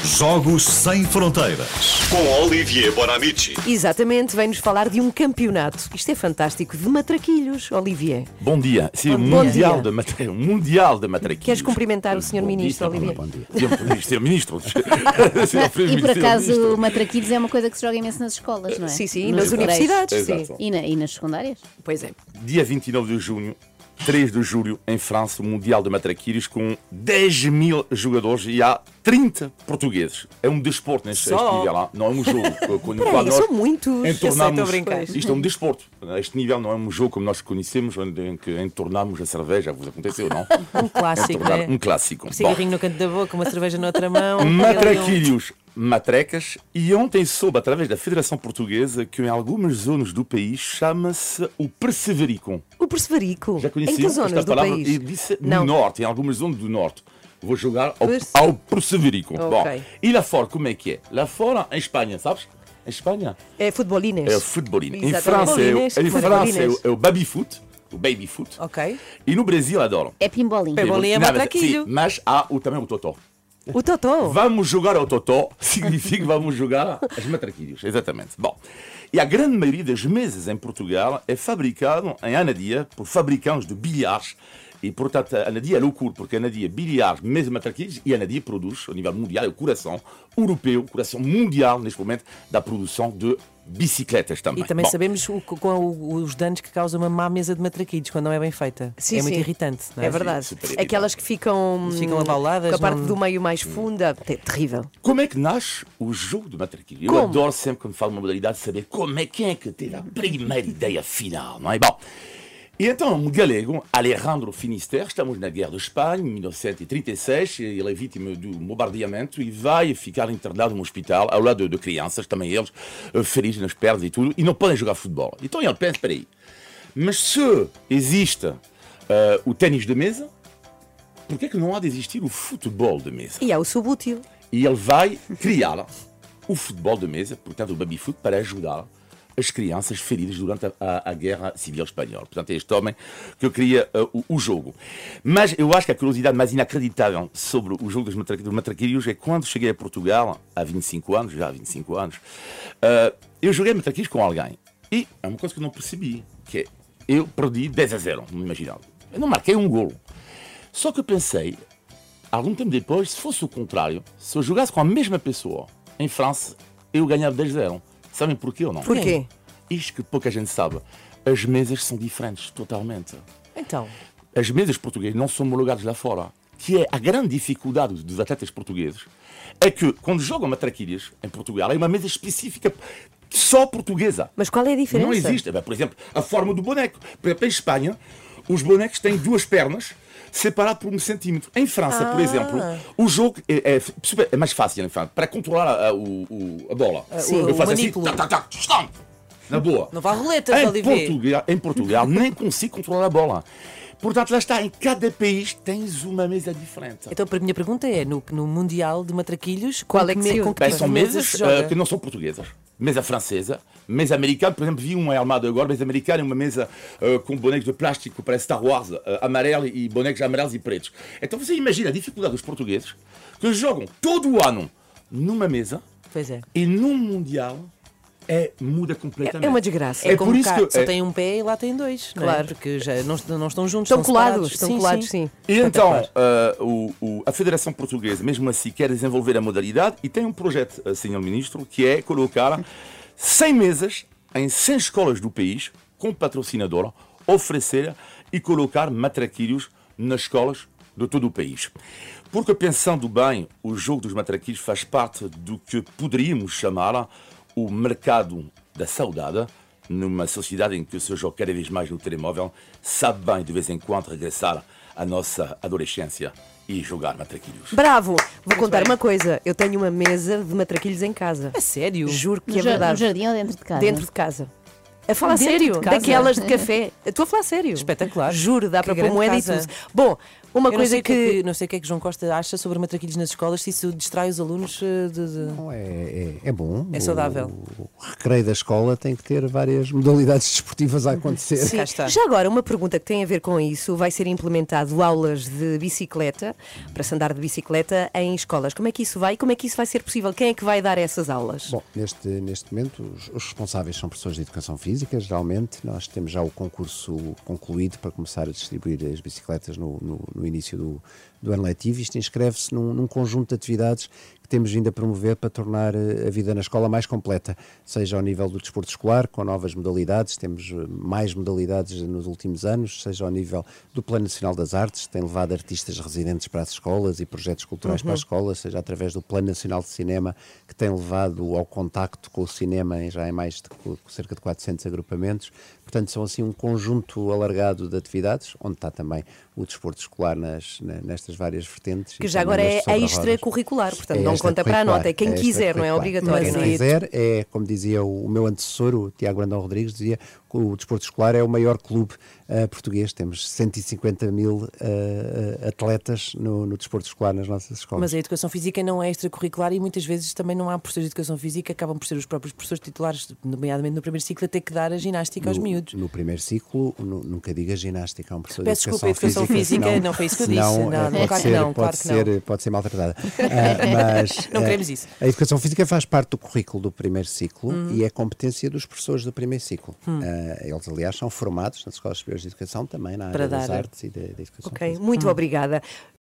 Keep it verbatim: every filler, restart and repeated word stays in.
Jogos Sem Fronteiras, com Olivier Bonamici. Exatamente, vem-nos falar de um campeonato. Isto é fantástico, de matraquilhos, Olivier. Bom dia, sim, o Bom mundial, dia. De matra... mundial de Matraquilhos. Queres cumprimentar o senhor Bom Ministro, dia, Olivier? Bom dia. senhor Ministro. E por acaso, matraquilhos é uma coisa que se joga imenso nas escolas, não é? Sim, sim, Nos nas colégios. universidades, sim. Exato. E, na- e nas secundárias? Pois é. Dia vinte e nove de junho, três de julho, em França, o Mundial de Matraquilhos, com dez mil jogadores e há trinta portugueses. É um desporto neste Só? este nível lá, não é um jogo. Quando Peraí, nós são muitos. Eu sei, estou a entornamos- brincar. Isto é um desporto. Este nível não é um jogo como nós conhecemos, onde em que entornamos a cerveja. Vos aconteceu, não? Um clássico, Entornar- né? Um clássico. Um Bom, cigarrinho no canto da boca, uma cerveja na outra mão. Matraquilhos, matrecas, e ontem soube, através da Federação Portuguesa, que em algumas zonas do país chama-se o Persevericum. O Perseverico. Já Em conheciam que zonas esta do palavra? país? E disse Não. no norte, em algumas zonas do norte. Vou jogar ao, Perse- ao Persevericum. Ok. Bom, e lá fora, como é que é? Lá fora, em Espanha, sabes? Em Espanha É futebolines. é o futebolino. Em Exatamente. França, é o, Futebolines, em França é o, futebolines. é o baby-foot. O baby-foot. Ok. E no Brasil, adoro. É pimbolim. É bolinha, Não, mas- matraquilho. sim, mas há o, também o totó. O Totó. Vamos jogar ao totó significa que vamos jogar as matraquilhos, exatamente. Bom, e a grande maioria das mesas em Portugal é fabricado em Anadia por fabricantes de bilhares. E, portanto, a Anadia é loucura, porque a Anadia bilhares, mesa matraquilhos, e a Anadia produz, a nível mundial, é o coração europeu, o coração mundial, neste momento, da produção de bicicletas também. E também Bom, sabemos o- com o- os danos que causa uma má mesa de matraquilhos quando não é bem feita. Sim, é muito sim. irritante, não é? É verdade. Super irritante. Aquelas que ficam, Ficam abauladas, Hum. com a parte não- do meio mais funda. É terrível. Como é que nasce o jogo de matraquilho? Eu Como? adoro sempre, quando falo de uma modalidade, saber como é, quem é que teve a primeira ideia final, não é? Bom, e então, um galego, Alejandro Finisterre, estamos na Guerra de Espanha, em mil novecentos e trinta e seis, ele é vítima do bombardeamento e vai ficar internado no hospital, ao lado de, de crianças, também eles, eh, feridos nas pernas e tudo, e não podem jogar futebol. Então ele pensa, espera aí, mas se existe eh, o ténis de mesa, por que é que não há de existir o futebol de mesa? E há o subútil. E ele vai criar o futebol de mesa, portanto o baby-foot, para ajudar as crianças feridas durante a, a, a Guerra Civil Espanhola. Portanto, é este homem que cria uh, o, o jogo. Mas eu acho que a curiosidade mais inacreditável sobre o jogo dos, matra dos matraquilhos é quando cheguei a Portugal, há vinte e cinco anos, já há vinte e cinco anos, uh, eu joguei matraquilhos com alguém. E é uma coisa que eu não percebi, que é, eu perdi dez a zero, não imaginava. Eu não marquei um golo. Só que eu pensei, algum tempo depois, se fosse o contrário, se eu jogasse com a mesma pessoa em França, eu ganhava dez a zero. Sabem porquê ou não? Porquê? Isto que pouca gente sabe. As mesas são diferentes, totalmente. Então, As mesas portuguesas não são homologadas lá fora. Que é a grande dificuldade dos atletas portugueses. É que, quando jogam matraquilhas em Portugal, é uma mesa específica só portuguesa. mas qual é a diferença? Não existe. Por exemplo, a forma do boneco. Por exemplo, em Espanha, os bonecos têm duas pernas separadas por um centímetro. Em França, por Ah. exemplo, o jogo é, é super- é mais fácil, em França, para controlar a, a- o- o- a bola. Sim, Eu o faço assim, manípulo. tac, tac, tac, stamp, na boa. Não vá roletas, Em Olivier. Portugal, em Portugal nem consigo controlar a bola. Portanto, lá está, em cada país tens uma mesa diferente. Então, a minha pergunta é, no, no Mundial de Matraquilhos, com Qual é que me- se com usa? que Bem, tipo são de mesa mesas se joga? uh, que não são portuguesas. Mesa francesa, mesa americana, por exemplo, vi uma armada agora, mesa americana é uma mesa uh, com bonecos de plástico para Star Wars, uh, amarelo e bonecos amarelos e pretos. Então você imagina a dificuldade dos portugueses que jogam todo o ano numa mesa Pois é. e num Mundial é, muda completamente. É uma desgraça. É, É como por isso cá, que eu- só é- tem um pé e lá tem dois, não é? Claro. Porque já não, est- não estão juntos, Estão estão colados, separados. estão Sim, colados, sim. sim. E então, Espetacular. uh, o, o- a Federação Portuguesa, mesmo assim, quer desenvolver a modalidade e tem um projeto, uh, senhor Ministro, que é colocar cem mesas em cem escolas do país, com patrocinador, oferecer e colocar matraquilhos nas escolas de todo o país. Porque, pensando bem, o jogo dos matraquilhos faz parte do que poderíamos chamar o mercado da saudade, numa sociedade em que se joga cada vez mais no telemóvel, sabe bem de vez em quando regressar à nossa adolescência e jogar matraquilhos. Bravo! Vou contar bem. uma coisa. Eu tenho uma mesa de matraquilhos em casa. É A sério? Juro que No, é jar- no verdade. jardim ou dentro de casa? Dentro de casa. A falar Dentro sério? de casa? Daquelas de café. Estou a falar sério. Espetacular. Juro, dá Que para pôr grande moeda e casa. tudo. Bom, Uma eu coisa não que... que... Não sei o que é que João Costa acha sobre matraquilhos nas escolas, se isso distrai os alunos de... de... Não, é, é, é bom. É saudável. O, o recreio da escola tem que ter várias modalidades desportivas a acontecer. Sim. Já agora, uma pergunta que tem a ver com isso, vai ser implementado aulas de bicicleta, para se andar de bicicleta em escolas. Como é que isso vai e como é que isso vai ser possível? Quem é que vai dar essas aulas? Bom, neste, neste momento os, os responsáveis são professores de educação física, geralmente. Nós temos já o concurso concluído para começar a distribuir as bicicletas no, no, no início do, do ano letivo. Isto inscreve-se num, num conjunto de atividades que temos vindo a promover para tornar a vida na escola mais completa, seja ao nível do desporto escolar, com novas modalidades, temos mais modalidades nos últimos anos, seja ao nível do Plano Nacional das Artes, que tem levado artistas residentes para as escolas e projetos culturais uhum. para as escolas, seja através do Plano Nacional de Cinema, que tem levado ao contacto com o cinema em, já em mais de cerca de quatrocentos agrupamentos. Portanto, são assim um conjunto alargado de atividades, onde está também o desporto escolar nas, nestas várias vertentes. Que já agora é extracurricular, portanto, é não conta para a nota, é quem é quiser, não é obrigatório. Quem quiser, é, como dizia o, o meu antecessor, o Tiago Brandão Rodrigues, dizia que o desporto escolar é o maior clube uh, português. Temos cento e cinquenta mil uh, atletas no, no desporto escolar nas nossas escolas. Mas a educação física não é extracurricular e muitas vezes também não há professores de educação física, acabam por ser os próprios professores titulares, nomeadamente no primeiro ciclo, a ter que dar a ginástica aos no, miúdos. No primeiro ciclo, no, nunca diga ginástica, há um professor Peço de educação, desculpa, educação física, física não, não foi isso que eu disse. Não, não, pode claro ser, que não, pode claro ser, que não. pode ser maltratada. uh, mas, não queremos isso. A educação física faz parte do currículo do primeiro ciclo hum. e é competência dos professores do primeiro ciclo. Hum. Uh, eles, aliás, são formados nas escolas superiores de educação também na área das artes e da, da educação Ok, física. muito hum. obrigada.